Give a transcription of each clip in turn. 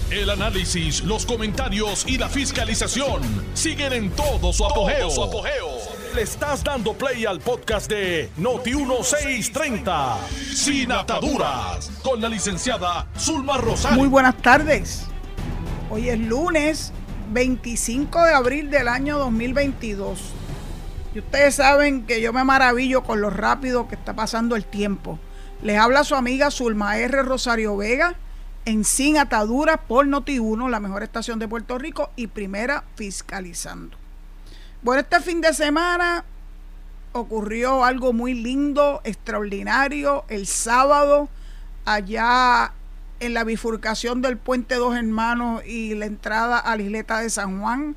El análisis, los comentarios y la fiscalización siguen en todo su apogeo. Le estás dando play al podcast de Noti1630, Sin Ataduras, con la licenciada Zulma Rosario. Muy buenas tardes. Hoy es lunes 25 de abril del año 2022. Y ustedes saben que yo me maravillo con lo rápido que está pasando el tiempo. Les habla su amiga Zulma R. Rosario Vega en Sin Ataduras por Noti1, la mejor estación de Puerto Rico y primera fiscalizando. Bueno, este fin de semana ocurrió algo muy lindo, extraordinario. El sábado, allá en la bifurcación del Puente Dos Hermanos y la entrada a la isleta de San Juan,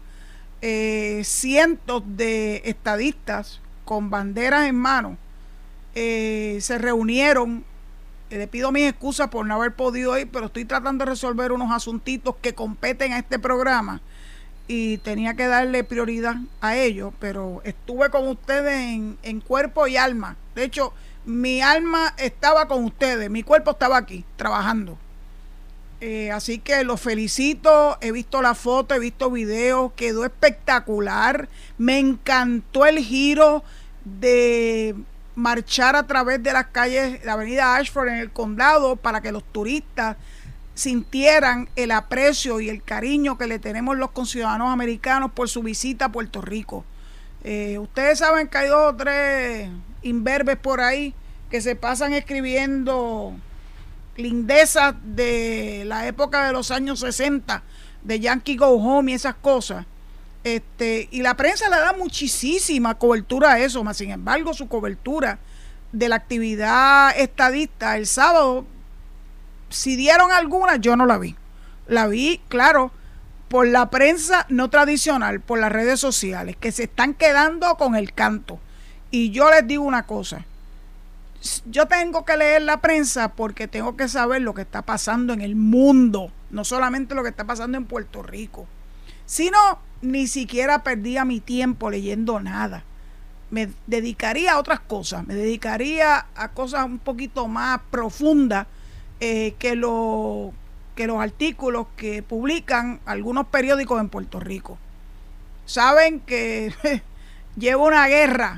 cientos de estadistas con banderas en mano se reunieron. Le pido mis excusas por no haber podido ir, pero estoy tratando de resolver unos asuntitos que competen a este programa y tenía que darle prioridad a ellos, pero estuve con ustedes en cuerpo y alma. De hecho, mi alma estaba con ustedes, mi cuerpo estaba aquí trabajando. Así que los felicito. He visto la foto, he visto videos, quedó espectacular. Me encantó el giro de marchar a través de las calles, la avenida Ashford en el condado, para que los turistas sintieran el aprecio y el cariño que le tenemos los conciudadanos americanos por su visita a Puerto Rico. Ustedes saben que hay 2 o 3 imberbes por ahí que se pasan escribiendo lindezas de la época de los años 60, de Yankee Go Home y esas cosas. Y la prensa le da muchísima cobertura a eso, más sin embargo su cobertura de la actividad estadista el sábado, si dieron alguna, yo no la vi. La vi, claro, por la prensa no tradicional, por las redes sociales, que se están quedando con el canto. Y yo les digo una cosa, yo tengo que leer la prensa porque tengo que saber lo que está pasando en el mundo, no solamente lo que está pasando en Puerto Rico. Si no, ni siquiera perdía mi tiempo leyendo nada. Me dedicaría a otras cosas, me dedicaría a cosas un poquito más profundas que los artículos que publican algunos periódicos en Puerto Rico. Saben que llevo una guerra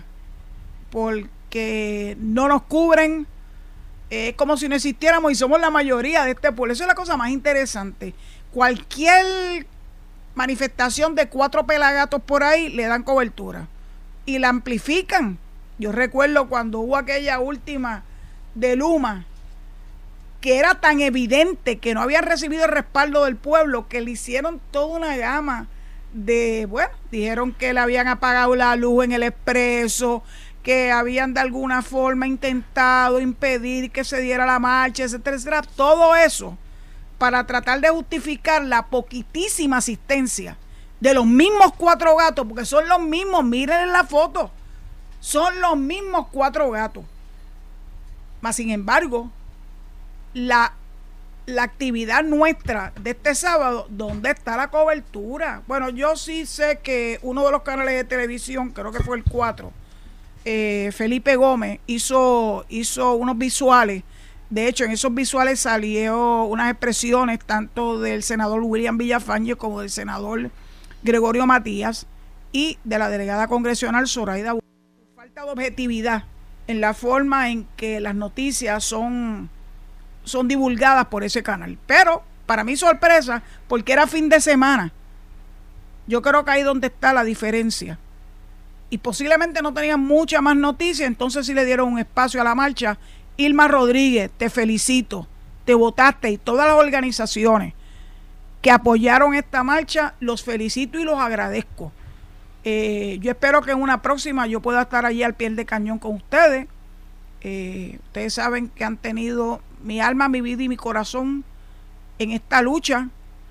porque no nos cubren, como si no existiéramos y somos la mayoría de este pueblo. Eso es la cosa más interesante. Cualquier manifestación de 4 pelagatos por ahí le dan cobertura y la amplifican. Yo recuerdo cuando hubo aquella última de Luma, que era tan evidente que no había recibido el respaldo del pueblo, que le hicieron toda una gama de, bueno, dijeron que le habían apagado la luz en el expreso, que habían de alguna forma intentado impedir que se diera la marcha, etcétera, etcétera. Todo eso para tratar de justificar la poquitísima asistencia de los mismos 4 gatos, porque son los mismos, miren en la foto, son los mismos 4 gatos. Mas sin embargo, la actividad nuestra de este sábado, ¿dónde está la cobertura? Bueno, yo sí sé que uno de los canales de televisión, creo que fue el 4, Felipe Gómez, hizo unos visuales. De hecho, en esos visuales salieron unas expresiones tanto del senador William Villafañe como del senador Gregorio Matías y de la delegada congresional Zoraida. Falta de objetividad en la forma en que las noticias son divulgadas por ese canal. Pero, para mi sorpresa, porque era fin de semana, yo creo que ahí donde está la diferencia. Y posiblemente no tenían mucha más noticia, entonces sí le dieron un espacio a la marcha. Irma Rodríguez, te felicito, te votaste, y todas las organizaciones que apoyaron esta marcha, los felicito y los agradezco. Yo espero que en una próxima yo pueda estar allí al pie del cañón con ustedes. Ustedes saben que han tenido mi alma, mi vida y mi corazón en esta lucha,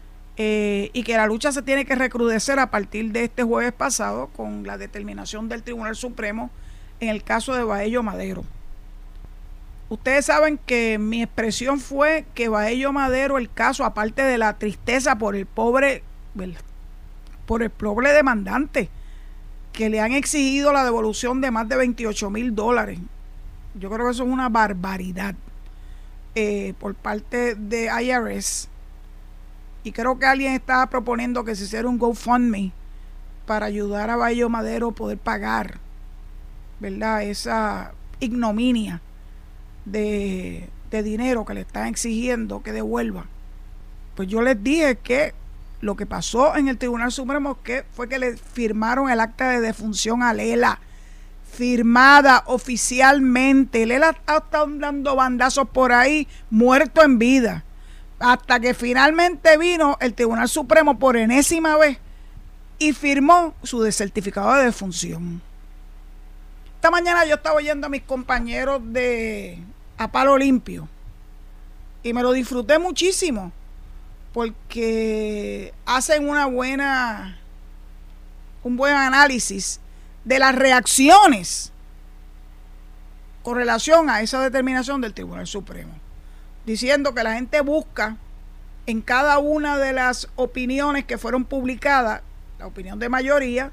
y que la lucha se tiene que recrudecer a partir de este jueves pasado con la determinación del Tribunal Supremo en el caso de Baello Madero. Ustedes saben que mi expresión fue que Baello Madero, el caso, aparte de la tristeza por el pobre demandante, que le han exigido la devolución de más de $28,000. Yo creo que eso es una barbaridad por parte de IRS. y creo que alguien estaba proponiendo que se hiciera un GoFundMe para ayudar a Bayo Madero a poder pagar, ¿verdad?, esa ignominia de dinero que le están exigiendo que devuelva. Pues yo les dije que lo que pasó en el Tribunal Supremo fue que le firmaron el acta de defunción a Lela, firmada oficialmente. Lela ha estado dando bandazos por ahí, muerto en vida, hasta que finalmente vino el Tribunal Supremo por enésima vez y firmó su certificado de defunción. Esta mañana yo estaba oyendo a mis compañeros a Palo Limpio y me lo disfruté muchísimo porque hacen un buen análisis de las reacciones con relación a esa determinación del Tribunal Supremo, diciendo que la gente busca en cada una de las opiniones que fueron publicadas, la opinión de mayoría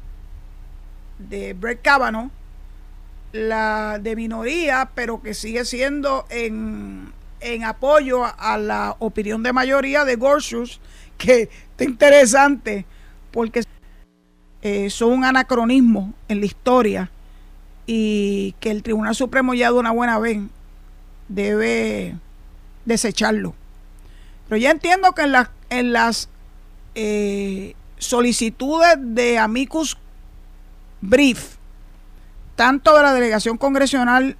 de Brett Kavanaugh, la de minoría, pero que sigue siendo en apoyo a la opinión de mayoría de Gorsuch, que está interesante porque son un anacronismo en la historia y que el Tribunal Supremo ya de una buena vez debe desecharlo. Pero ya entiendo que en las solicitudes de amicus brief, tanto de la delegación congresional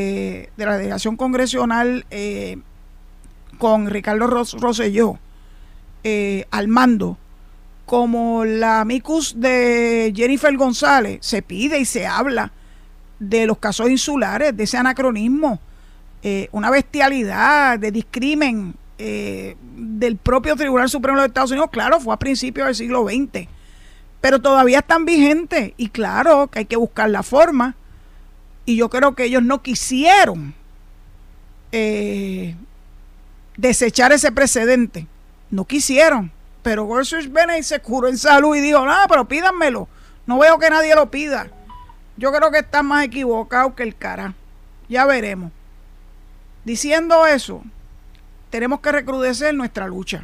con Ricardo Rosselló al mando, como la amicus de Jennifer González, se pide y se habla de los casos insulares, de ese anacronismo, una bestialidad de discrimen del propio Tribunal Supremo de los Estados Unidos. Claro, fue a principios del siglo XX, pero todavía están vigentes y claro que hay que buscar la forma, y yo creo que ellos no quisieron desechar ese precedente, no quisieron, pero Gorsuch Bennett se curó en salud y dijo, no, pero pídanmelo, no veo que nadie lo pida. Yo creo que están más equivocados que el cara, ya veremos. Diciendo eso, tenemos que recrudecer nuestra lucha,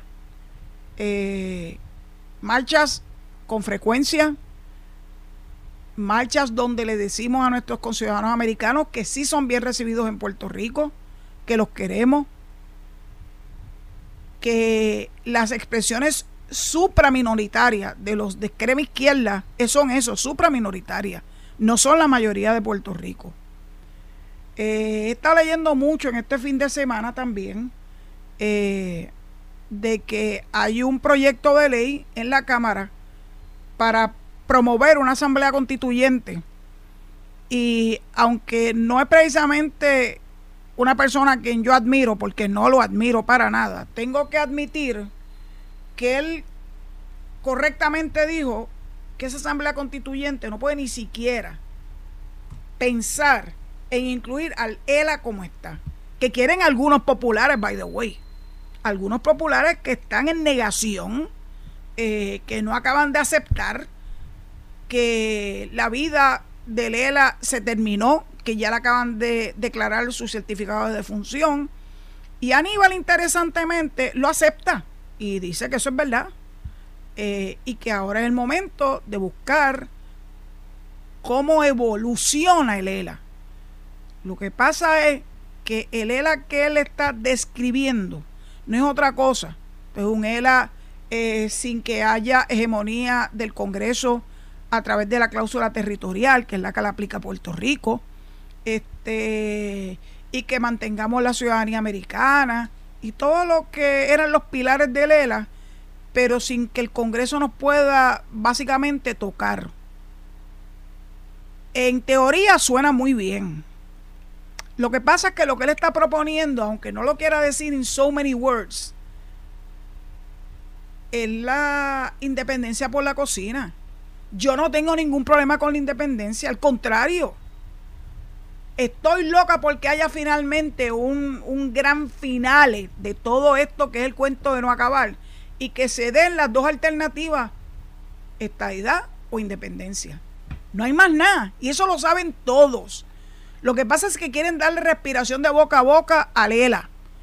marchas con frecuencia, marchas donde le decimos a nuestros conciudadanos americanos que sí son bien recibidos en Puerto Rico, que los queremos, que las expresiones supraminoritarias de los de extrema izquierda son eso, supraminoritarias, no son la mayoría de Puerto Rico. He estado leyendo mucho en este fin de semana también de que hay un proyecto de ley en la Cámara para promover una asamblea constituyente, y aunque no es precisamente una persona a quien yo admiro, porque no lo admiro para nada, tengo que admitir que él correctamente dijo que esa asamblea constituyente no puede ni siquiera pensar en incluir al ELA como está, que quieren algunos populares, by the way, algunos populares que están en negación, que no acaban de aceptar que la vida de Lela se terminó, que ya le acaban de declarar su certificado de defunción, y Aníbal interesantemente lo acepta y dice que eso es verdad, y que ahora es el momento de buscar cómo evoluciona el ELA. Lo que pasa es que el ELA que él está describiendo no es otra cosa, es un ELA sin que haya hegemonía del Congreso a través de la cláusula territorial, que es la que le aplica a Puerto Rico, y que mantengamos la ciudadanía americana y todo lo que eran los pilares del ELA, pero sin que el Congreso nos pueda básicamente tocar. En teoría suena muy bien. Lo que pasa es que lo que él está proponiendo, aunque no lo quiera decir in so many words, es la independencia por la cocina. Yo no tengo ningún problema con la independencia, al contrario, estoy loca porque haya finalmente un gran finale de todo esto que es el cuento de no acabar, y que se den las dos alternativas, estadidad o independencia. No hay más nada, y eso lo saben todos. Lo que pasa es que quieren darle respiración de boca a boca a Lela,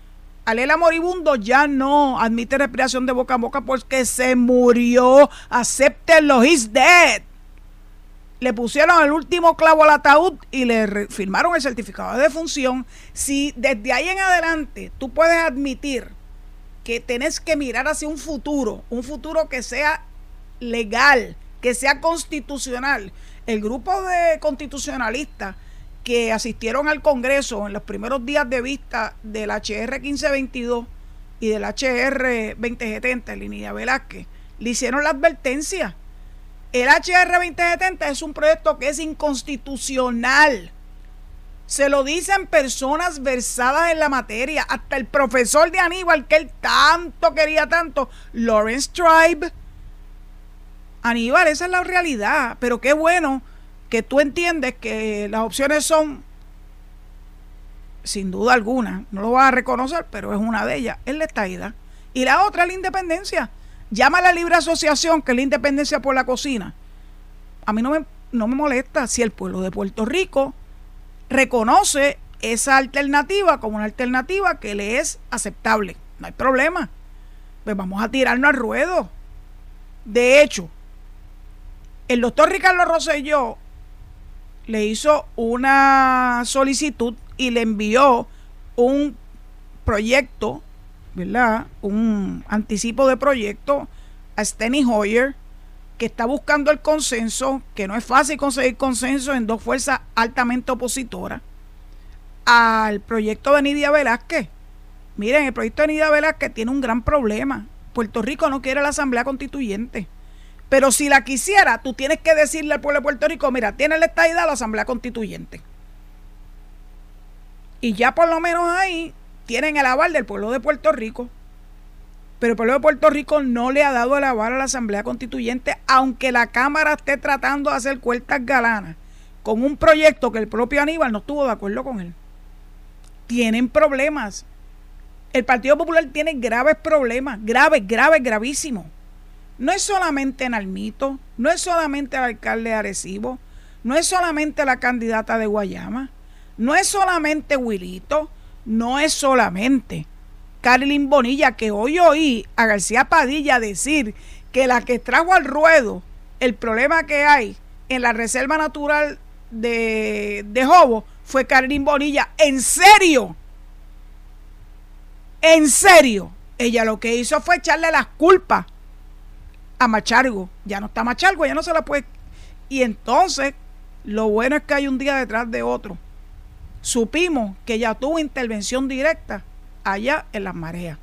Alela Moribundo ya no admite respiración de boca a boca porque se murió. Acéptenlo, he's dead. Le pusieron el último clavo al ataúd y le firmaron el certificado de defunción. Si desde ahí en adelante tú puedes admitir que tenés que mirar hacia un futuro que sea legal, que sea constitucional. El grupo de constitucionalistas que asistieron al Congreso en los primeros días de vista del HR 1522 y del HR 2070, Lidia Velázquez, le hicieron la advertencia. El HR 2070 es un proyecto que es inconstitucional. Se lo dicen personas versadas en la materia, hasta el profesor de Aníbal, que él tanto quería tanto, Lawrence Tribe. Aníbal, esa es la realidad, pero qué bueno que tú entiendes que las opciones son, sin duda alguna, no lo vas a reconocer, pero es una de ellas, es la estadidad. Y la otra es la independencia. Llama a la libre asociación, que es la independencia por la cocina. A mí no me molesta si el pueblo de Puerto Rico reconoce esa alternativa como una alternativa que le es aceptable. No hay problema. Pues vamos a tirarnos al ruedo. De hecho, el doctor Ricardo Rosselló le hizo una solicitud y le envió un proyecto, ¿verdad? Un anticipo de proyecto a Steny Hoyer, que está buscando el consenso, que no es fácil conseguir consenso en dos fuerzas altamente opositoras, al proyecto de Nidia Velázquez. Miren, el proyecto de Nidia Velázquez tiene un gran problema. Puerto Rico no quiere la Asamblea Constituyente. Pero si la quisiera, tú tienes que decirle al pueblo de Puerto Rico, mira, tiene la estadidad la Asamblea Constituyente. Y ya por lo menos ahí tienen el aval del pueblo de Puerto Rico. Pero el pueblo de Puerto Rico no le ha dado el aval a la Asamblea Constituyente, aunque la Cámara esté tratando de hacer cuentas galanas con un proyecto que el propio Aníbal no estuvo de acuerdo con él. Tienen problemas. El Partido Popular tiene graves problemas, gravísimos. No es solamente Nalmito, no es solamente el alcalde de Arecibo, no es solamente la candidata de Guayama, no es solamente Wilito, no es solamente Carolyn Bonilla, que hoy oí a García Padilla decir que la que trajo al ruedo el problema que hay en la Reserva Natural de Jobo fue Carolyn Bonilla. ¿En serio? ¿En serio? Ella lo que hizo fue echarle las culpas a Machargo. Ya no está Machargo, ya no se la puede. Y entonces, lo bueno es que hay un día detrás de otro. Supimos que ya tuvo intervención directa allá en Las Mareas.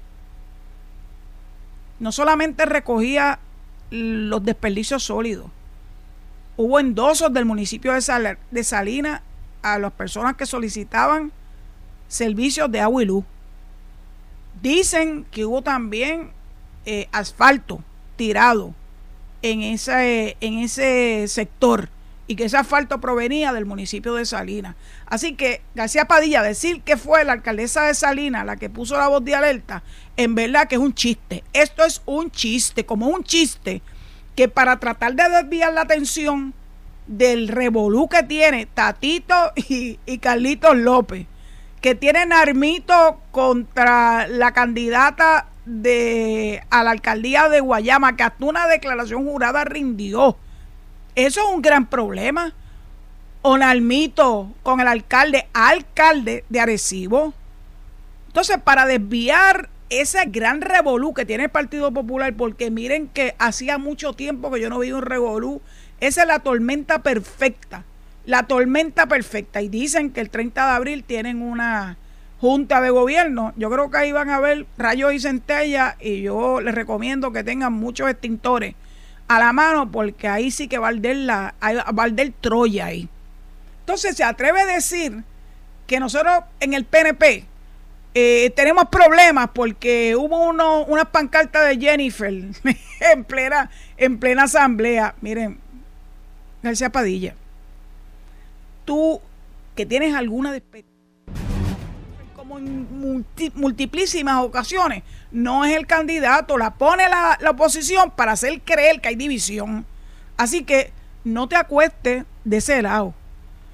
No solamente recogía los desperdicios sólidos, hubo endosos del municipio de Salinas a las personas que solicitaban servicios de agua y luz. Dicen que hubo también asfalto tirado en ese sector y que ese asfalto provenía del municipio de Salinas. Así que García Padilla decir que fue la alcaldesa de Salinas la que puso la voz de alerta, en verdad que es un chiste. Esto es un chiste, como un chiste que para tratar de desviar la atención del revolú que tiene Tatito y Carlitos López, que tiene Narmito contra la candidata a la alcaldía de Guayama, que hasta una declaración jurada rindió. Eso es un gran problema. O Narmito con el alcalde de Arecibo. Entonces, para desviar ese gran revolú que tiene el Partido Popular, porque miren que hacía mucho tiempo que yo no vi un revolú, esa es la tormenta perfecta. La tormenta perfecta. Y dicen que el 30 de abril tienen una junta de gobierno. Yo creo que ahí van a ver rayos y centellas, y yo les recomiendo que tengan muchos extintores a la mano, porque ahí sí que va a arder Troya ahí. Entonces se atreve a decir que nosotros en el PNP tenemos problemas porque hubo unas pancartas de Jennifer en plena asamblea. Miren, García Padilla, tú que tienes alguna despedida, como en multiplísimas ocasiones, no es el candidato, la pone la oposición para hacer creer que hay división. Así que no te acuestes de ese lado.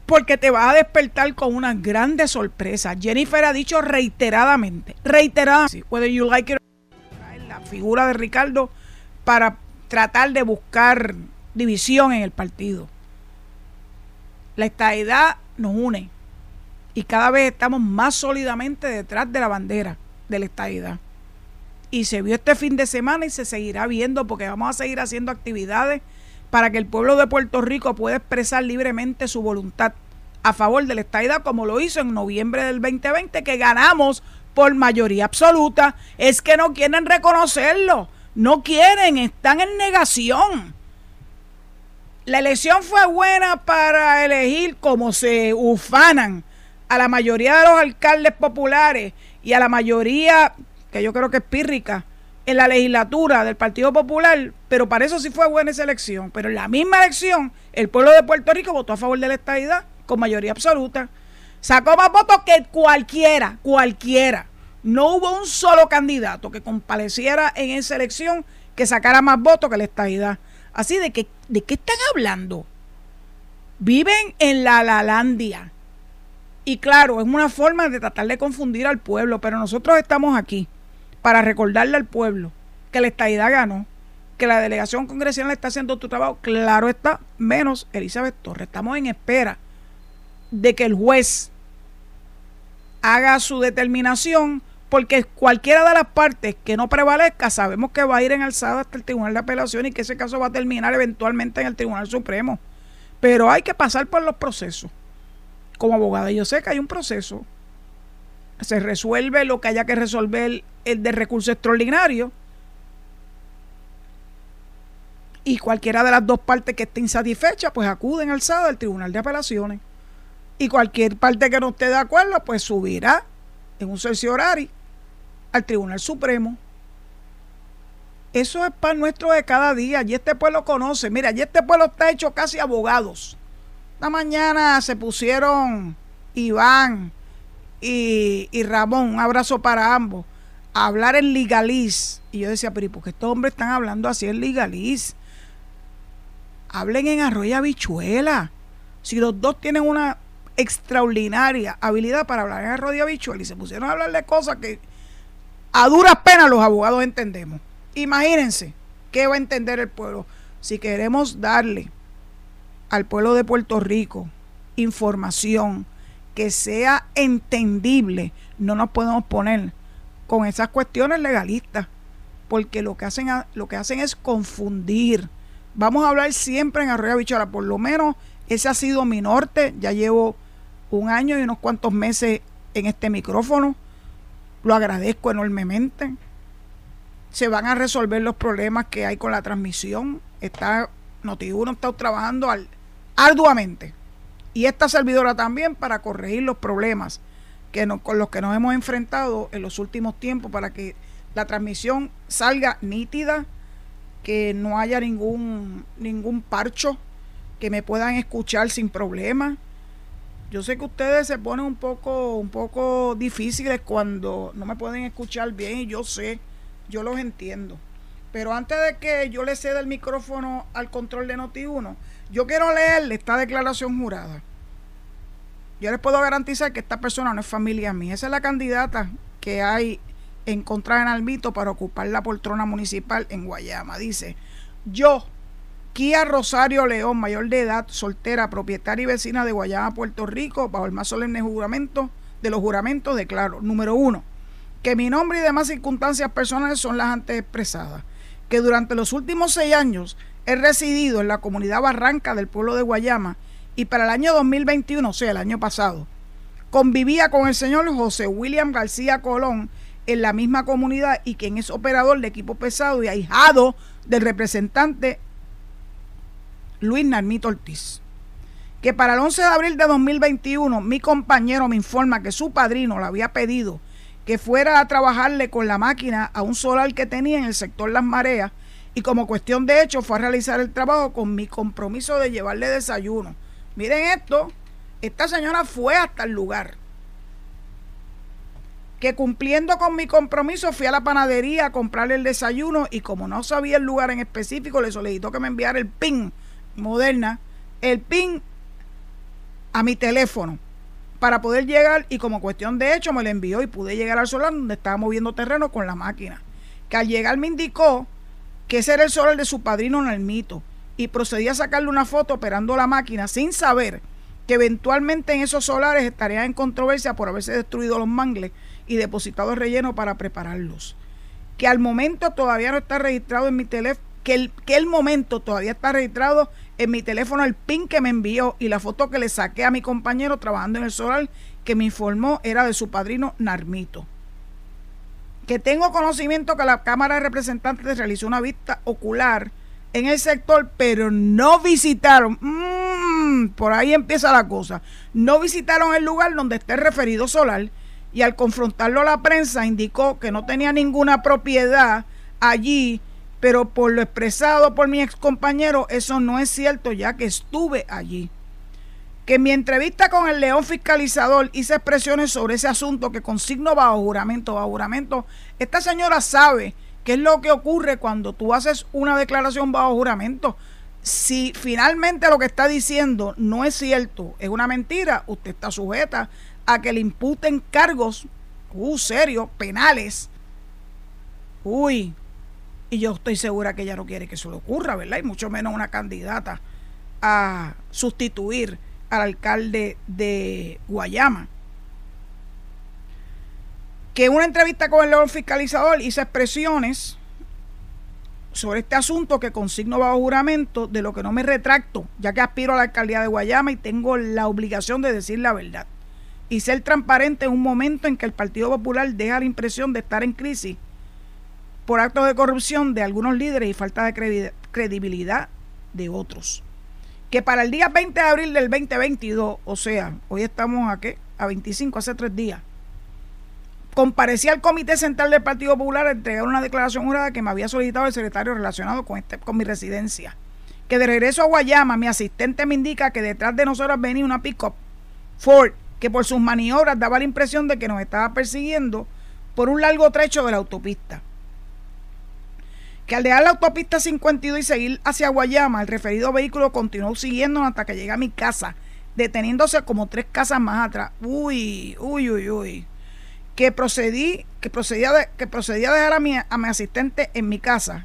porque te vas a despertar con una grande sorpresa. Jennifer ha dicho reiteradamente, whether you like it or not, la figura de Ricardo para tratar de buscar división en el partido. La estadidad nos une y cada vez estamos más sólidamente detrás de la bandera de la estadidad. Y se vio este fin de semana y se seguirá viendo, porque vamos a seguir haciendo actividades para que el pueblo de Puerto Rico pueda expresar libremente su voluntad a favor de la estadidad, como lo hizo en noviembre del 2020, que ganamos por mayoría absoluta. Es que no quieren reconocerlo, no quieren, están en negación. La elección fue buena para elegir, como se ufanan, a la mayoría de los alcaldes populares y a la mayoría, que yo creo que es pírrica, en la legislatura del Partido Popular, pero para eso sí fue buena esa elección. Pero en la misma elección, el pueblo de Puerto Rico votó a favor de la estadidad con mayoría absoluta. Sacó más votos que cualquiera. No hubo un solo candidato que compareciera en esa elección que sacara más votos que la estadidad. Así ¿de qué están hablando? Viven en la Lalandia. Y claro, es una forma de tratar de confundir al pueblo, pero nosotros estamos aquí para recordarle al pueblo que la estadidad ganó, que la delegación congresional está haciendo tu trabajo, claro está, menos Elizabeth Torres. Estamos en espera de que el juez haga su determinación, porque cualquiera de las partes que no prevalezca, sabemos que va a ir en alzada hasta el Tribunal de Apelación y que ese caso va a terminar eventualmente en el Tribunal Supremo. Pero hay que pasar por los procesos. Como abogada yo sé que hay un proceso. Se resuelve lo que haya que resolver el de recurso extraordinario, y cualquiera de las dos partes que esté insatisfecha pues acude en alzada al Tribunal de Apelaciones, y cualquier parte que no esté de acuerdo pues subirá en un certiorari al Tribunal Supremo. Eso es pan nuestro de cada día. Y este pueblo conoce, mira, y este pueblo está hecho casi abogados. Esta mañana se pusieron Iván y Ramón, un abrazo para ambos, a hablar en Ligaliz. Y yo decía, pero ¿y por qué estos hombres están hablando así en Ligaliz? Hablen en arroyo y habichuela. Si los dos tienen una extraordinaria habilidad para hablar en arroyo y habichuela, y se pusieron a hablar de cosas que a duras penas los abogados entendemos. Imagínense qué va a entender el pueblo. Si queremos darle al pueblo de Puerto Rico información que sea entendible, no nos podemos poner con esas cuestiones legalistas, porque lo que hacen es confundir. Vamos a hablar siempre en arroyo y habichuela. Por lo menos ese ha sido mi norte. Ya llevo un año y unos cuantos meses en este micrófono. Lo agradezco enormemente. Se van a resolver los problemas que hay con la transmisión. Noti1 está trabajando arduamente, y esta servidora también, para corregir los problemas con los que nos hemos enfrentado en los últimos tiempos, para que la transmisión salga nítida, que no haya ningún parcho, que me puedan escuchar sin problema. Yo sé que ustedes se ponen un poco difíciles cuando no me pueden escuchar bien, y yo los entiendo. Pero antes de que yo le ceda el micrófono al control de Noti1, yo quiero leerle esta declaración jurada. Yo les puedo garantizar que esta persona no es familia mía. Esa es la candidata que hay en contra de Nalmito para ocupar la poltrona municipal en Guayama. Dice: yo, Kia Rosario León, mayor de edad, soltera, propietaria y vecina de Guayama, Puerto Rico, bajo el más solemne juramento de los juramentos, declaro: número 1, que mi nombre y demás circunstancias personales son las antes expresadas, que durante los últimos 6 años he residido en la comunidad Barranca del pueblo de Guayama, y para el año 2021, o sea, el año pasado, convivía con el señor José William García Colón en la misma comunidad, y quien es operador de equipo pesado y ahijado del representante Luis Nalmito Ortiz. Que para el 11 de abril de 2021 mi compañero me informa que su padrino le había pedido que fuera a trabajarle con la máquina a un solar que tenía en el sector Las Mareas, y como cuestión de hecho fue a realizar el trabajo con mi compromiso de llevarle desayuno. Miren esto, esta señora fue hasta el lugar. Que cumpliendo con mi compromiso fui a la panadería a comprarle el desayuno, y como no sabía el lugar en específico, le solicitó que me enviara el PIN Moderna, el PIN a mi teléfono para poder llegar, y como cuestión de hecho me lo envió y pude llegar al solar donde estaba moviendo terreno con la máquina, que al llegar me indicó que ese era el solar de su padrino Nalmito, y procedí a sacarle una foto operando la máquina sin saber que eventualmente en esos solares estarían en controversia por haberse destruido los mangles y depositado el relleno para prepararlos. Que al momento todavía no está registrado en mi teléfono, que el momento todavía está registrado en mi teléfono el PIN que me envió y la foto que le saqué a mi compañero trabajando en el solar que me informó era de su padrino Nalmito. Que tengo conocimiento que la Cámara de Representantes realizó una vista ocular en el sector, pero no visitaron, por ahí empieza la cosa, no visitaron el lugar donde está el referido solar, y al confrontarlo a la prensa indicó que no tenía ninguna propiedad allí, pero por lo expresado por mi ex compañero, eso no es cierto, ya que estuve allí. Que en mi entrevista con el León Fiscalizador hice expresiones sobre ese asunto que consigno bajo juramento. Bajo juramento, esta señora sabe qué es lo que ocurre cuando tú haces una declaración bajo juramento. Si finalmente lo que está diciendo no es cierto, es una mentira, usted está sujeta a que le imputen cargos serios, penales. Y yo estoy segura que ella no quiere que eso le ocurra, ¿verdad? Y mucho menos una candidata a sustituir al alcalde de Guayama. Que en una entrevista con el León Fiscalizador hice expresiones sobre este asunto que consigno bajo juramento, de lo que no me retracto, ya que aspiro a la alcaldía de Guayama y tengo la obligación de decir la verdad y ser transparente en un momento en que el Partido Popular deja la impresión de estar en crisis por actos de corrupción de algunos líderes y falta de credibilidad de otros. Que para el día 20 de abril del 2022, o sea, hoy estamos a 25, hace 3 días, comparecí al Comité Central del Partido Popular a entregar una declaración jurada que me había solicitado el secretario relacionado con mi residencia. Que de regreso a Guayama, mi asistente me indica que detrás de nosotros venía una pick-up Ford, que por sus maniobras daba la impresión de que nos estaba persiguiendo por un largo trecho de la autopista. Que al dejar la autopista 52 y seguir hacia Guayama, el referido vehículo continuó siguiéndonos hasta que llegué a mi casa, deteniéndose como 3 casas más atrás. Que procedí a dejar a mi asistente en mi casa,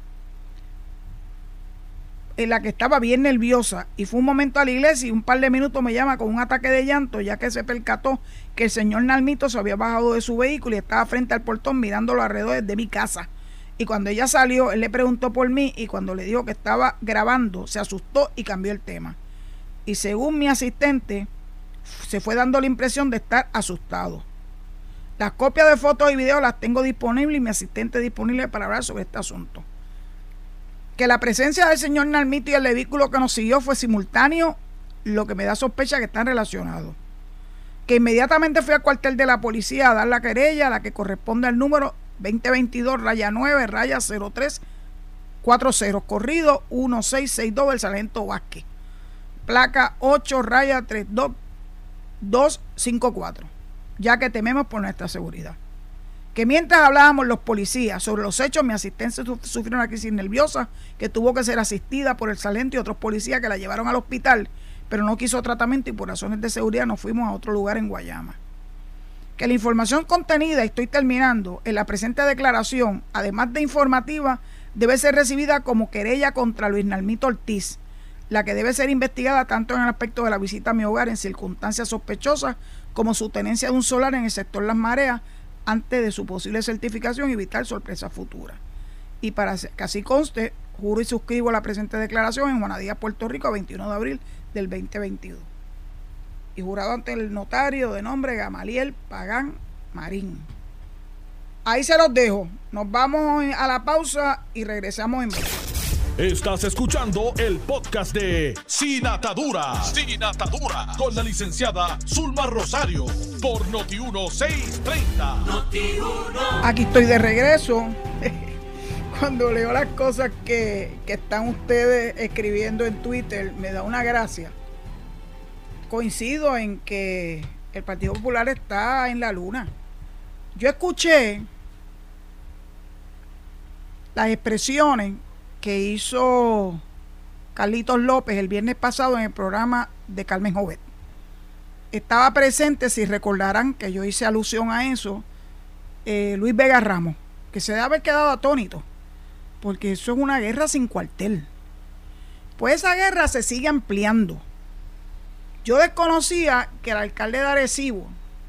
en la que estaba bien nerviosa, y fue un momento a la iglesia y un par de minutos me llama con un ataque de llanto, ya que se percató que el señor Nalmito se había bajado de su vehículo y estaba frente al portón mirando los alrededores de mi casa. Y cuando ella salió, él le preguntó por mí, y cuando le dijo que estaba grabando, se asustó y cambió el tema. Y según mi asistente, se fue dando la impresión de estar asustado. Las copias de fotos y videos las tengo disponibles y mi asistente disponible para hablar sobre este asunto. Que la presencia del señor Nalmito y el vehículo que nos siguió fue simultáneo, lo que me da sospecha que están relacionados. Que inmediatamente fui al cuartel de la policía a dar la querella, la que corresponde al número 2022-9-0340, corrido 1662 del sargento Vázquez, placa 8-32254, ya que tememos por nuestra seguridad. Que mientras hablábamos los policías sobre los hechos, mi asistente sufrió una crisis nerviosa que tuvo que ser asistida por el sargento y otros policías que la llevaron al hospital, pero no quiso tratamiento y por razones de seguridad nos fuimos a otro lugar en Guayama. Que la información contenida, y estoy terminando, en la presente declaración, además de informativa, debe ser recibida como querella contra Luis Nalmito Ortiz, la que debe ser investigada tanto en el aspecto de la visita a mi hogar en circunstancias sospechosas como su tenencia de un solar en el sector Las Mareas antes de su posible certificación y evitar sorpresas futuras. Y para que así conste, juro y suscribo la presente declaración en Juanadía, Puerto Rico, a 21 de abril del 2022. Y jurado ante el notario de nombre Gamaliel Pagán Marín. Ahí se los dejo. Nos vamos a la pausa y regresamos en breve. Estás escuchando el podcast de Sin Ataduras. Sin Ataduras. Con la licenciada Zulma Rosario. Por Noti1630. Aquí estoy de regreso. Cuando leo las cosas que están ustedes escribiendo en Twitter, me da una gracia. Coincido en que el Partido Popular está en la luna. Yo escuché las expresiones que hizo Carlitos López el viernes pasado en el programa de Carmen Jovet. estaba presente, si recordarán que yo hice alusión a eso, Luis Vega Ramos, que se debe haber quedado atónito, porque eso es una guerra sin cuartel. Pues esa guerra se sigue ampliando. Yo desconocía que el alcalde de Arecibo,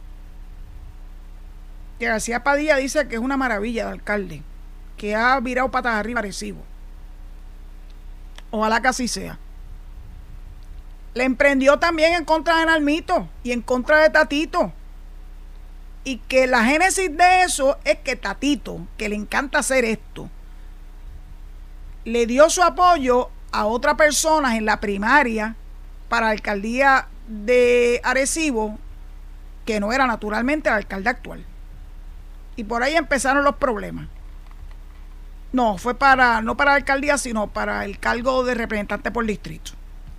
que García Padilla dice que es una maravilla de alcalde, que ha virado patas arriba Arecibo. Ojalá que así sea. Le emprendió también en contra de Nalmito y en contra de Tatito. Y que la génesis de eso es que Tatito, que le encanta hacer esto, le dio su apoyo a otra persona en la primaria para la alcaldía de Arecibo, que no era naturalmente el alcalde actual. Y por ahí empezaron los problemas. No, fue no para la alcaldía, sino para el cargo de representante por distrito.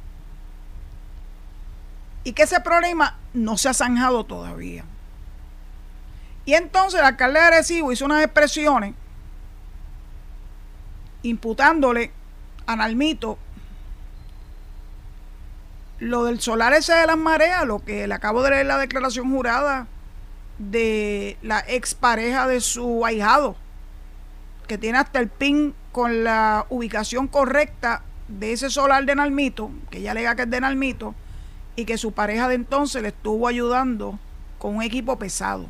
Y que ese problema no se ha zanjado todavía. Y entonces el alcalde de Arecibo hizo unas expresiones imputándole a Nalmito lo del solar ese de las mareas, lo que le acabo de leer la declaración jurada de la expareja de su ahijado, que tiene hasta el PIN con la ubicación correcta de ese solar de Nalmito, que ella alega que es de Nalmito, y que su pareja de entonces le estuvo ayudando con un equipo pesado.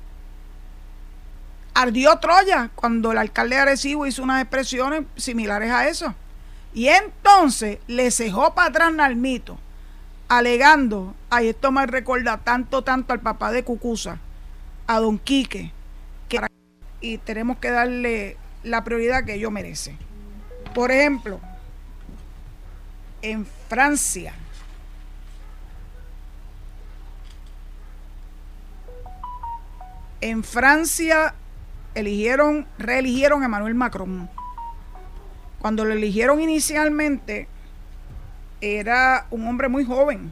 Ardió Troya cuando el alcalde de Arecibo hizo unas expresiones similares a eso. Y entonces le cejó para atrás Nalmito, alegando, ay, esto me recuerda tanto al papá de Cucuza, a don Quique, y tenemos que darle la prioridad que ellos merecen. Por ejemplo, en Francia, reeligieron a Emmanuel Macron. Cuando lo eligieron inicialmente, era un hombre muy joven.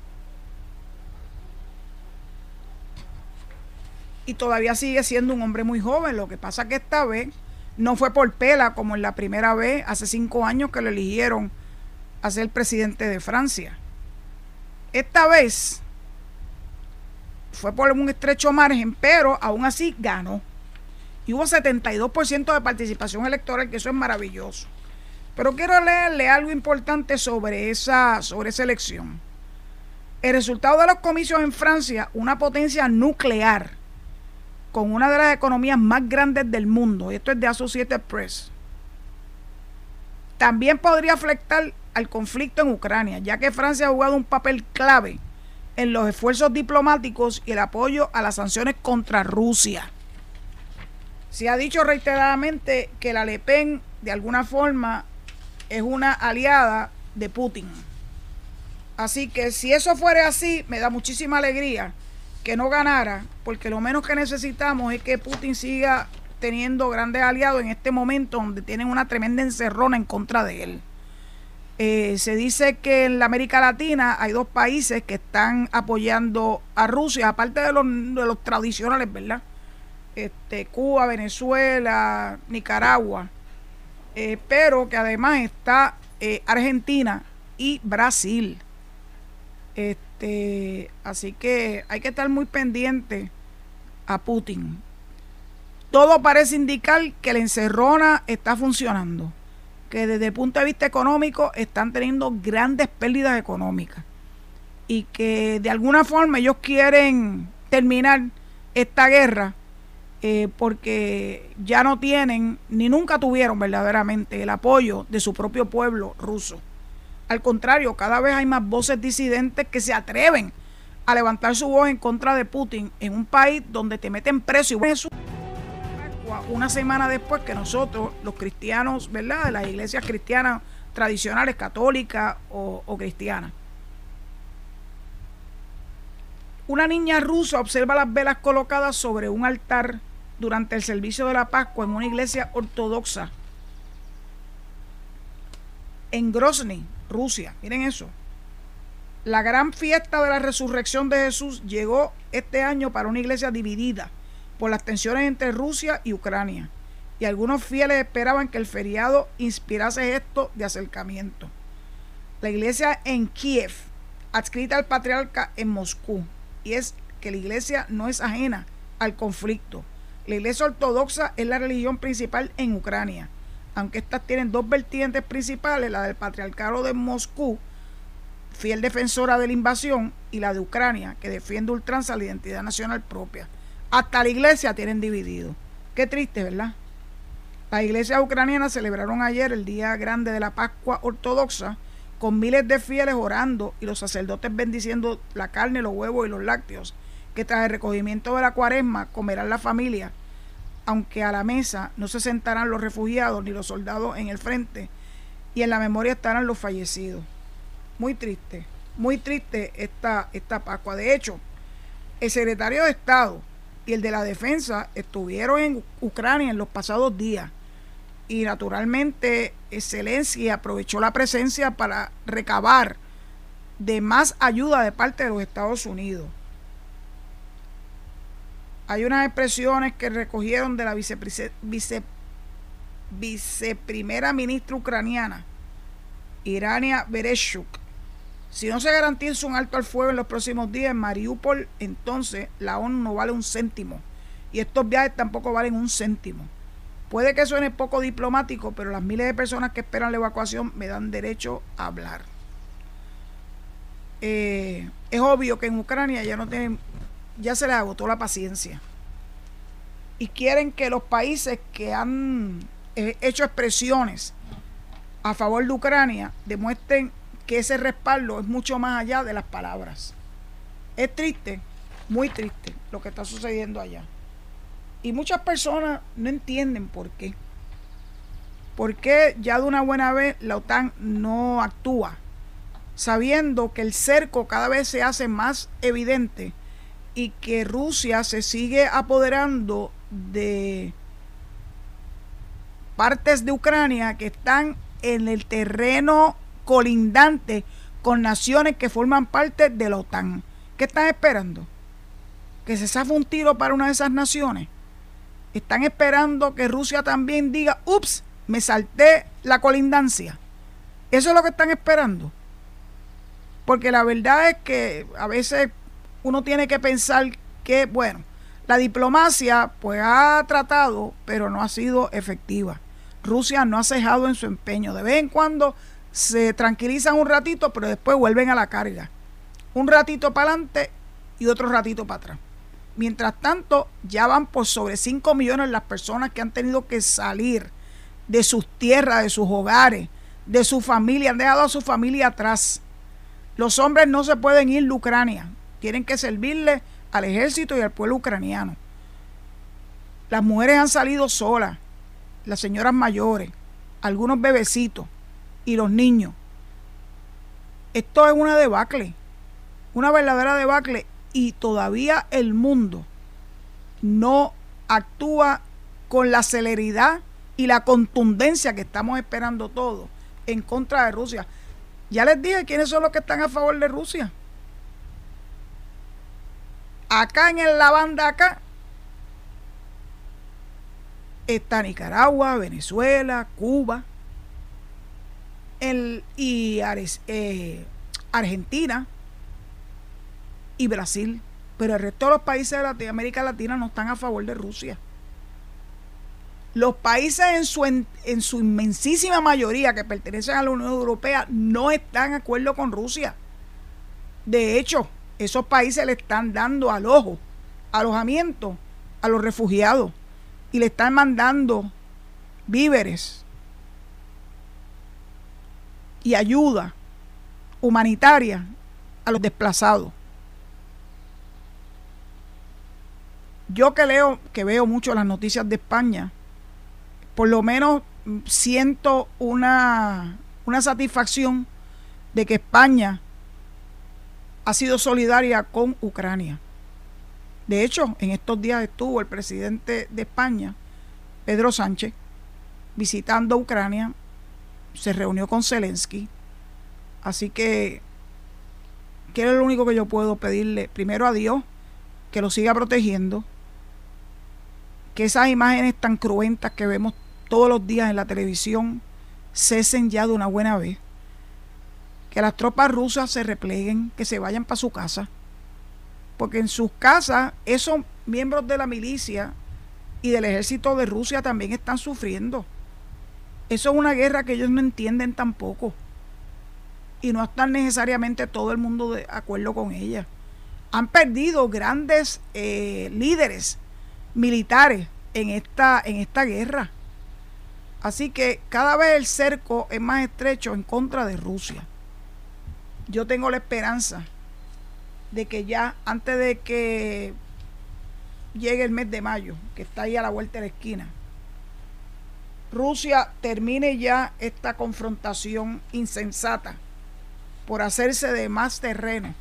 Y todavía sigue siendo un hombre muy joven. Lo que pasa que esta vez no fue por pela como en la primera vez, hace 5 años que lo eligieron a ser presidente de Francia. Esta vez fue por un estrecho margen, pero aún así ganó. Y hubo 72% de participación electoral, que eso es maravilloso. Pero quiero leerle algo importante sobre esa elección. El resultado de los comicios en Francia, una potencia nuclear, con una de las economías más grandes del mundo, y esto es de Associated Press, también podría afectar al conflicto en Ucrania, ya que Francia ha jugado un papel clave en los esfuerzos diplomáticos y el apoyo a las sanciones contra Rusia. Se ha dicho reiteradamente que la Le Pen, de alguna forma, es una aliada de Putin. Así que si eso fuera así, me da muchísima alegría que no ganara, porque lo menos que necesitamos es que Putin siga teniendo grandes aliados en este momento donde tienen una tremenda encerrona en contra de él. Se dice que en la América Latina hay 2 países que están apoyando a Rusia, aparte de los tradicionales, ¿verdad? Cuba, Venezuela, Nicaragua, pero que además está Argentina y Brasil. Así que hay que estar muy pendiente a Putin. Todo parece indicar que la encerrona está funcionando, que desde el punto de vista económico están teniendo grandes pérdidas económicas y que de alguna forma ellos quieren terminar esta guerra porque ya no tienen ni nunca tuvieron verdaderamente el apoyo de su propio pueblo ruso. Al contrario, cada vez hay más voces disidentes que se atreven a levantar su voz en contra de Putin en un país donde te meten preso y una semana después que nosotros, los cristianos, ¿verdad?, de las iglesias cristianas tradicionales, católicas o cristianas. Una niña rusa observa las velas colocadas sobre un altar durante el servicio de la Pascua en una iglesia ortodoxa en Grozny, Rusia. Miren eso. La gran fiesta de la resurrección de Jesús llegó este año para una iglesia dividida por las tensiones entre Rusia y Ucrania, y algunos fieles esperaban que el feriado inspirase gestos de acercamiento. La iglesia en Kiev adscrita al patriarca en Moscú, y es que la iglesia no es ajena al conflicto. La iglesia ortodoxa es la religión principal en Ucrania, aunque estas tienen dos vertientes principales, la del patriarcado de Moscú, fiel defensora de la invasión, y la de Ucrania, que defiende ultranza la identidad nacional propia. Hasta la iglesia tienen dividido. Qué triste, ¿verdad? Las iglesias ucranianas celebraron ayer el día grande de la Pascua ortodoxa, con miles de fieles orando y los sacerdotes bendiciendo la carne, los huevos y los lácteos, que tras el recogimiento de la Cuaresma comerán la familia, aunque a la mesa no se sentarán los refugiados ni los soldados en el frente, y en la memoria estarán los fallecidos. Muy triste esta Pascua. De hecho, el secretario de Estado y el de la Defensa estuvieron en Ucrania en los pasados días, y naturalmente Zelensky aprovechó la presencia para recabar de más ayuda de parte de los Estados Unidos. Hay unas expresiones que recogieron de la viceprimera ministra ucraniana, Irina Vereshchuk. Si no se garantiza un alto al fuego en los próximos días en Mariupol, entonces la ONU no vale un céntimo, y estos viajes tampoco valen un céntimo. Puede que suene poco diplomático, pero las miles de personas que esperan la evacuación me dan derecho a hablar. Es obvio que en Ucrania ya se les agotó la paciencia, y quieren que los países que han hecho expresiones a favor de Ucrania demuestren que ese respaldo es mucho más allá de las palabras. Es triste, muy triste lo que está sucediendo allá. Y muchas personas no entienden por qué. ¿Por qué ya de una buena vez la OTAN no actúa, sabiendo que el cerco cada vez se hace más evidente y que Rusia se sigue apoderando de partes de Ucrania que están en el terreno colindante con naciones que forman parte de la OTAN? ¿Qué están esperando? ¿Que se zafe un tiro para una de esas naciones? ¿Están esperando que Rusia también diga, ups, me salté la colindancia? Eso es lo que están esperando. Porque la verdad es que a veces uno tiene que pensar que, bueno, la diplomacia pues ha tratado, pero no ha sido efectiva. Rusia no ha cejado en su empeño. De vez en cuando se tranquilizan un ratito, pero después vuelven a la carga. Un ratito para adelante y otro ratito para atrás. Mientras tanto, ya van por sobre 5 millones las personas que han tenido que salir de sus tierras, de sus hogares, de su familia, han dejado a su familia atrás. Los hombres no se pueden ir de Ucrania, tienen que servirle al ejército y al pueblo ucraniano. Las mujeres han salido solas, las señoras mayores, algunos bebecitos y los niños. Esto es una debacle, una verdadera debacle, y todavía el mundo no actúa con la celeridad y la contundencia que estamos esperando todos en contra de Rusia. Ya les dije quiénes son los que están a favor de Rusia. Acá en la banda acá está Nicaragua, Venezuela, Cuba Argentina y Brasil, pero el resto de los países de América Latina no están a favor de Rusia. Los países en su inmensísima mayoría que pertenecen a la Unión Europea no están de acuerdo con Rusia. De hecho, esos países le están dando alojamiento a los refugiados y le están mandando víveres y ayuda humanitaria a los desplazados. Yo que veo mucho las noticias de España, por lo menos siento una satisfacción de que España ha sido solidaria con Ucrania. De hecho, en estos días estuvo el presidente de España, Pedro Sánchez, visitando Ucrania, se reunió con Zelensky. Así que es lo único que yo puedo pedirle, primero a Dios, que lo siga protegiendo, que esas imágenes tan cruentas que vemos todos los días en la televisión cesen ya de una buena vez, que las tropas rusas se repleguen, que se vayan para su casa, porque en sus casas esos miembros de la milicia y del ejército de Rusia también están sufriendo. Eso es una guerra que ellos no entienden tampoco, y no están necesariamente todo el mundo de acuerdo con ella. Han perdido grandes líderes militares en esta guerra. Así que cada vez el cerco es más estrecho en contra de Rusia. Yo tengo la esperanza de que ya antes de que llegue el mes de mayo, que está ahí a la vuelta de la esquina, Rusia termine ya esta confrontación insensata por hacerse de más terreno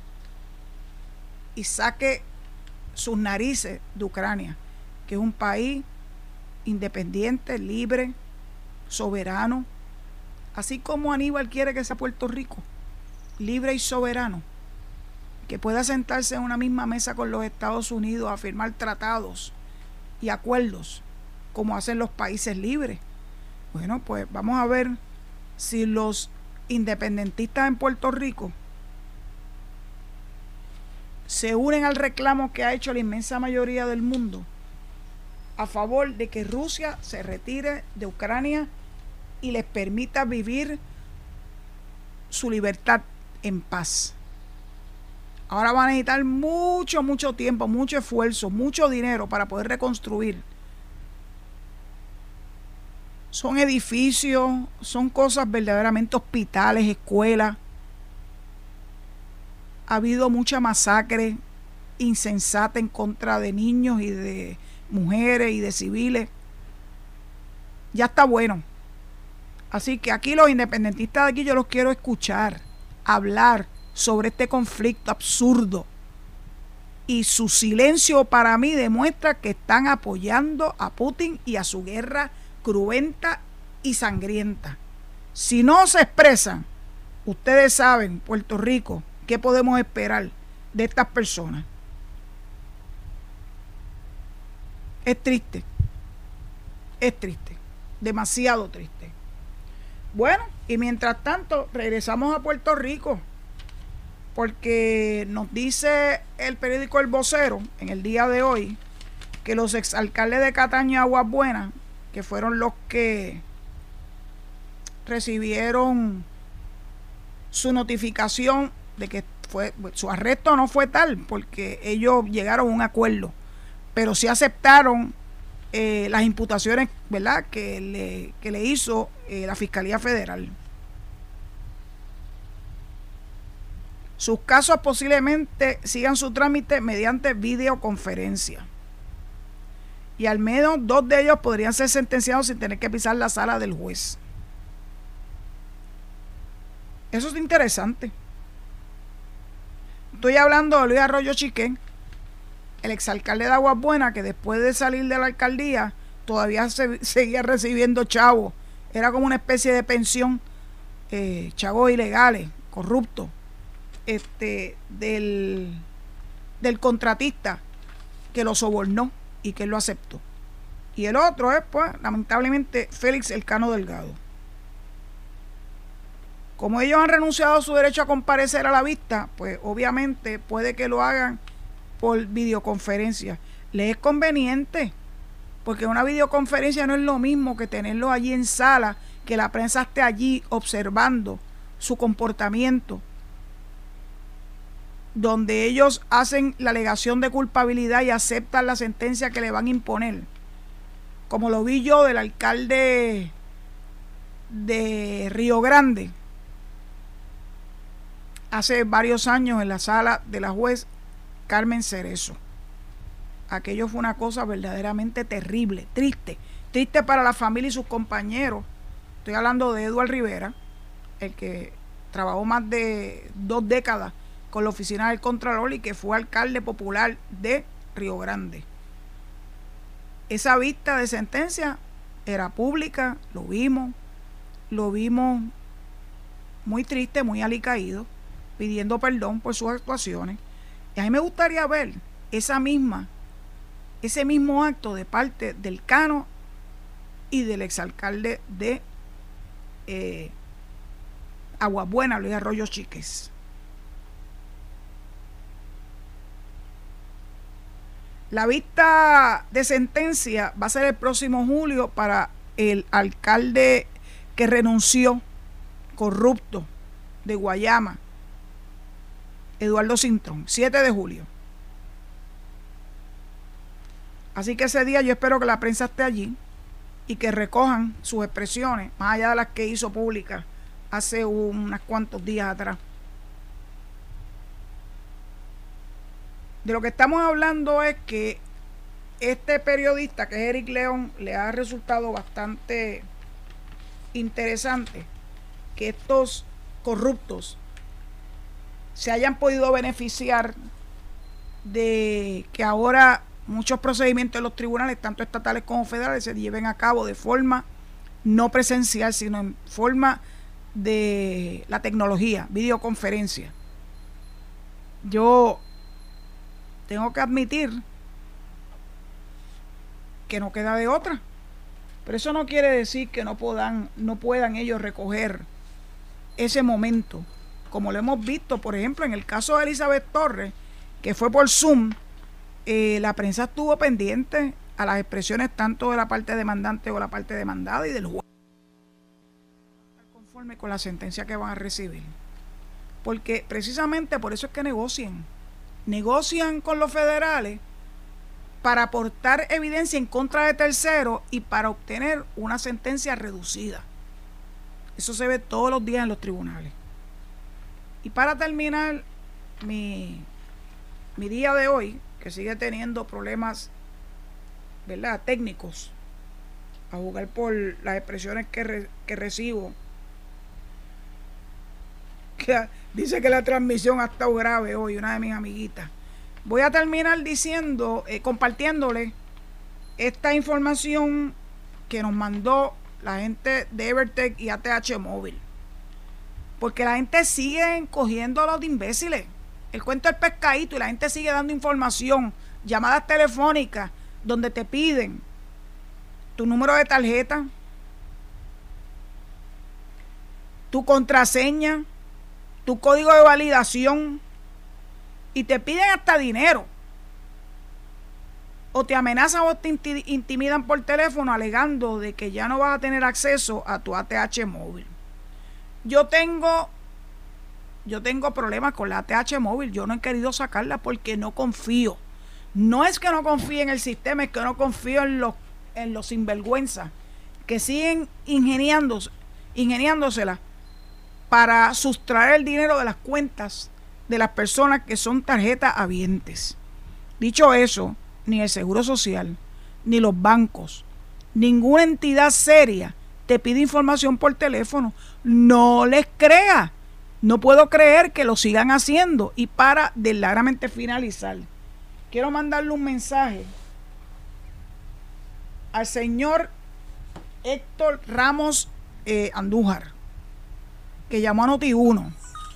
y saque sus narices de Ucrania, que es un país independiente, libre, soberano, así como Aníbal quiere que sea Puerto Rico, libre y soberano, que pueda sentarse en una misma mesa con los Estados Unidos a firmar tratados y acuerdos como hacen los países libres. Bueno, pues vamos a ver si los independentistas en Puerto Rico se unen al reclamo que ha hecho la inmensa mayoría del mundo a favor de que Rusia se retire de Ucrania y les permita vivir su libertad en paz. Ahora van a necesitar mucho tiempo, mucho esfuerzo, mucho dinero para poder reconstruir. Son edificios, son cosas verdaderamente, hospitales, escuelas. Ha habido mucha masacre insensata en contra de niños y de mujeres y de civiles. Ya está bueno. Así que aquí los independentistas de aquí yo los quiero escuchar hablar sobre este conflicto absurdo, y su silencio para mí demuestra que están apoyando a Putin y a su guerra cruenta y sangrienta. Si no se expresan, ustedes saben, Puerto Rico, qué podemos esperar de estas personas. Es triste, demasiado triste. Bueno, y mientras tanto regresamos a Puerto Rico, porque nos dice el periódico El Vocero en el día de hoy que los exalcaldes de Cataño y Aguas Buenas, que fueron los que recibieron su notificación de que su arresto no fue tal, porque ellos llegaron a un acuerdo, pero sí aceptaron las imputaciones, ¿verdad?, que le hizo la Fiscalía Federal. Sus casos posiblemente sigan su trámite mediante videoconferencia, y al menos 2 de ellos podrían ser sentenciados sin tener que pisar la sala del juez. Eso es interesante. Estoy hablando de Luis Arroyo Chiquén, el exalcalde de Aguas Buenas, que después de salir de la alcaldía todavía seguía recibiendo chavos. Era como una especie de pensión, chavos ilegales, corruptos, del contratista que lo sobornó y que él lo aceptó. Y el otro es, pues, lamentablemente, Félix Elcano Delgado. Como ellos han renunciado a su derecho a comparecer a la vista, pues obviamente puede que lo hagan por videoconferencia. Les es conveniente, porque una videoconferencia no es lo mismo que tenerlo allí en sala, que la prensa esté allí observando su comportamiento, donde ellos hacen la alegación de culpabilidad y aceptan la sentencia que le van a imponer, como lo vi yo del alcalde de Río Grande hace varios años en la sala de la juez Carmen Cerezo. Aquello fue una cosa verdaderamente terrible, triste para la familia y sus compañeros. Estoy hablando de Eduardo Rivera, el que trabajó más de 2 décadas con la oficina del Contralor y que fue alcalde popular de Río Grande. Esa vista de sentencia era pública, lo vimos muy triste, muy alicaído, pidiendo perdón por sus actuaciones. Y a mí me gustaría ver ese mismo acto de parte del Cano y del exalcalde de Aguas Buenas, Luis Arroyo Chiques. La vista de sentencia va a ser el próximo julio para el alcalde que renunció, corrupto, de Guayama, Eduardo Cintrón, 7 de julio. Así que ese día yo espero que la prensa esté allí y que recojan sus expresiones, más allá de las que hizo públicas hace unos cuantos días atrás. De lo que estamos hablando es que este periodista, que es Eric León, le ha resultado bastante interesante que estos corruptos se hayan podido beneficiar de que ahora muchos procedimientos en los tribunales, tanto estatales como federales, se lleven a cabo de forma no presencial, sino en forma de la tecnología, videoconferencia. Yo tengo que admitir que no queda de otra, pero eso no quiere decir que no puedan ellos recoger ese momento, como lo hemos visto, por ejemplo, en el caso de Elizabeth Torres, que fue por Zoom. La prensa estuvo pendiente a las expresiones tanto de la parte demandante o la parte demandada y del juez, conforme con la sentencia que van a recibir, porque precisamente por eso es que negocian con los federales para aportar evidencia en contra de terceros y para obtener una sentencia reducida. Eso se ve todos los días en los tribunales. Y para terminar mi día de hoy, que sigue teniendo problemas, ¿verdad?, técnicos, a jugar por las expresiones que recibo, que dice que la transmisión ha estado grave hoy, una de mis amiguitas. Voy a terminar diciendo, compartiéndole esta información que nos mandó la gente de Evertech y ATH Móvil, porque la gente sigue cogiendo a los de imbéciles. El cuento del pescadito, y la gente sigue dando información, llamadas telefónicas donde te piden tu número de tarjeta, tu contraseña, tu código de validación, y te piden hasta dinero, o te amenazan o te intimidan por teléfono alegando de que ya no vas a tener acceso a tu ATH Móvil. Yo tengo problemas con la ATH Móvil. Yo no he querido sacarla porque no confío. No es que no confíe en el sistema, es que no confío en los sinvergüenzas que siguen ingeniándosela para sustraer el dinero de las cuentas de las personas que son tarjetas habientes. Dicho eso, ni el Seguro Social, ni los bancos, ninguna entidad seria te pide información por teléfono. No les creas. No puedo creer que lo sigan haciendo. Y para verdaderamente finalizar, quiero mandarle un mensaje al señor Héctor Ramos Andújar, que llamó a Noti1.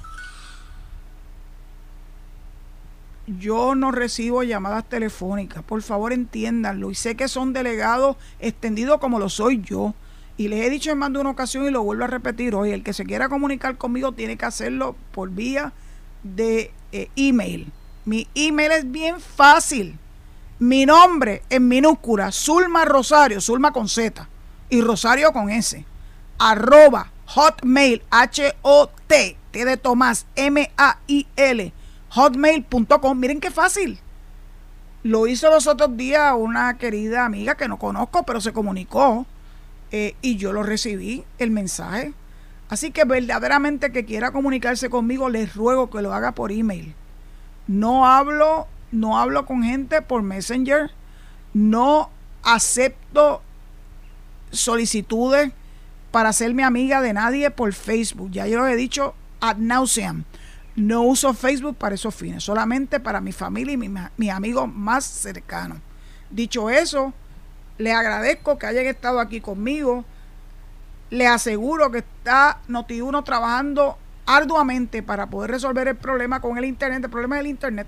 Yo no recibo llamadas telefónicas, por favor entiéndanlo, y sé que son delegados extendidos como lo soy yo, y les he dicho en más de una ocasión y lo vuelvo a repetir hoy: el que se quiera comunicar conmigo tiene que hacerlo por vía de email. Mi email es bien fácil, mi nombre en minúscula, Zulma Rosario, Zulma con Z y Rosario con S, @hotmail, HOT, T de Tomás, MAIL, hotmail.com. Miren qué fácil. Lo hizo los otros días una querida amiga que no conozco, pero se comunicó y yo lo recibí, el mensaje. Así que verdaderamente que quiera comunicarse conmigo, les ruego que lo haga por email. No hablo con gente por Messenger, no acepto solicitudes para hacerme amiga de nadie por Facebook. Ya yo lo he dicho ad nauseam. No uso Facebook para esos fines, solamente para mi familia y mis amigos más cercanos. Dicho eso, les agradezco que hayan estado aquí conmigo. Les aseguro que está Noti1 trabajando arduamente para poder resolver el problema con el Internet, el problema del Internet,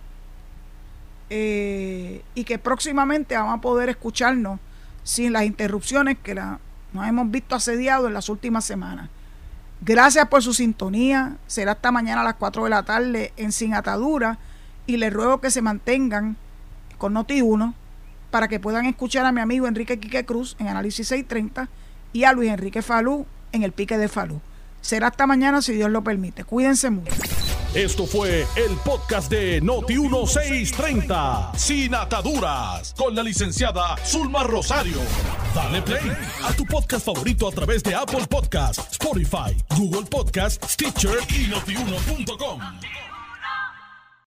y que próximamente vamos a poder escucharnos sin las interrupciones que nos hemos visto asediados en las últimas semanas. Gracias por su sintonía. Será hasta mañana a las 4 de la tarde en Sin Atadura. Y les ruego que se mantengan con Noti1 para que puedan escuchar a mi amigo Enrique Quique Cruz en Análisis 630 y a Luis Enrique Falú en El Pique de Falú. Será hasta mañana si Dios lo permite. Cuídense mucho. Esto fue el podcast de Noti1 630, Sin Ataduras, con la licenciada Zulma Rosario. Dale play a tu podcast favorito a través de Apple Podcasts, Spotify, Google Podcasts, Stitcher y Notiuno.com.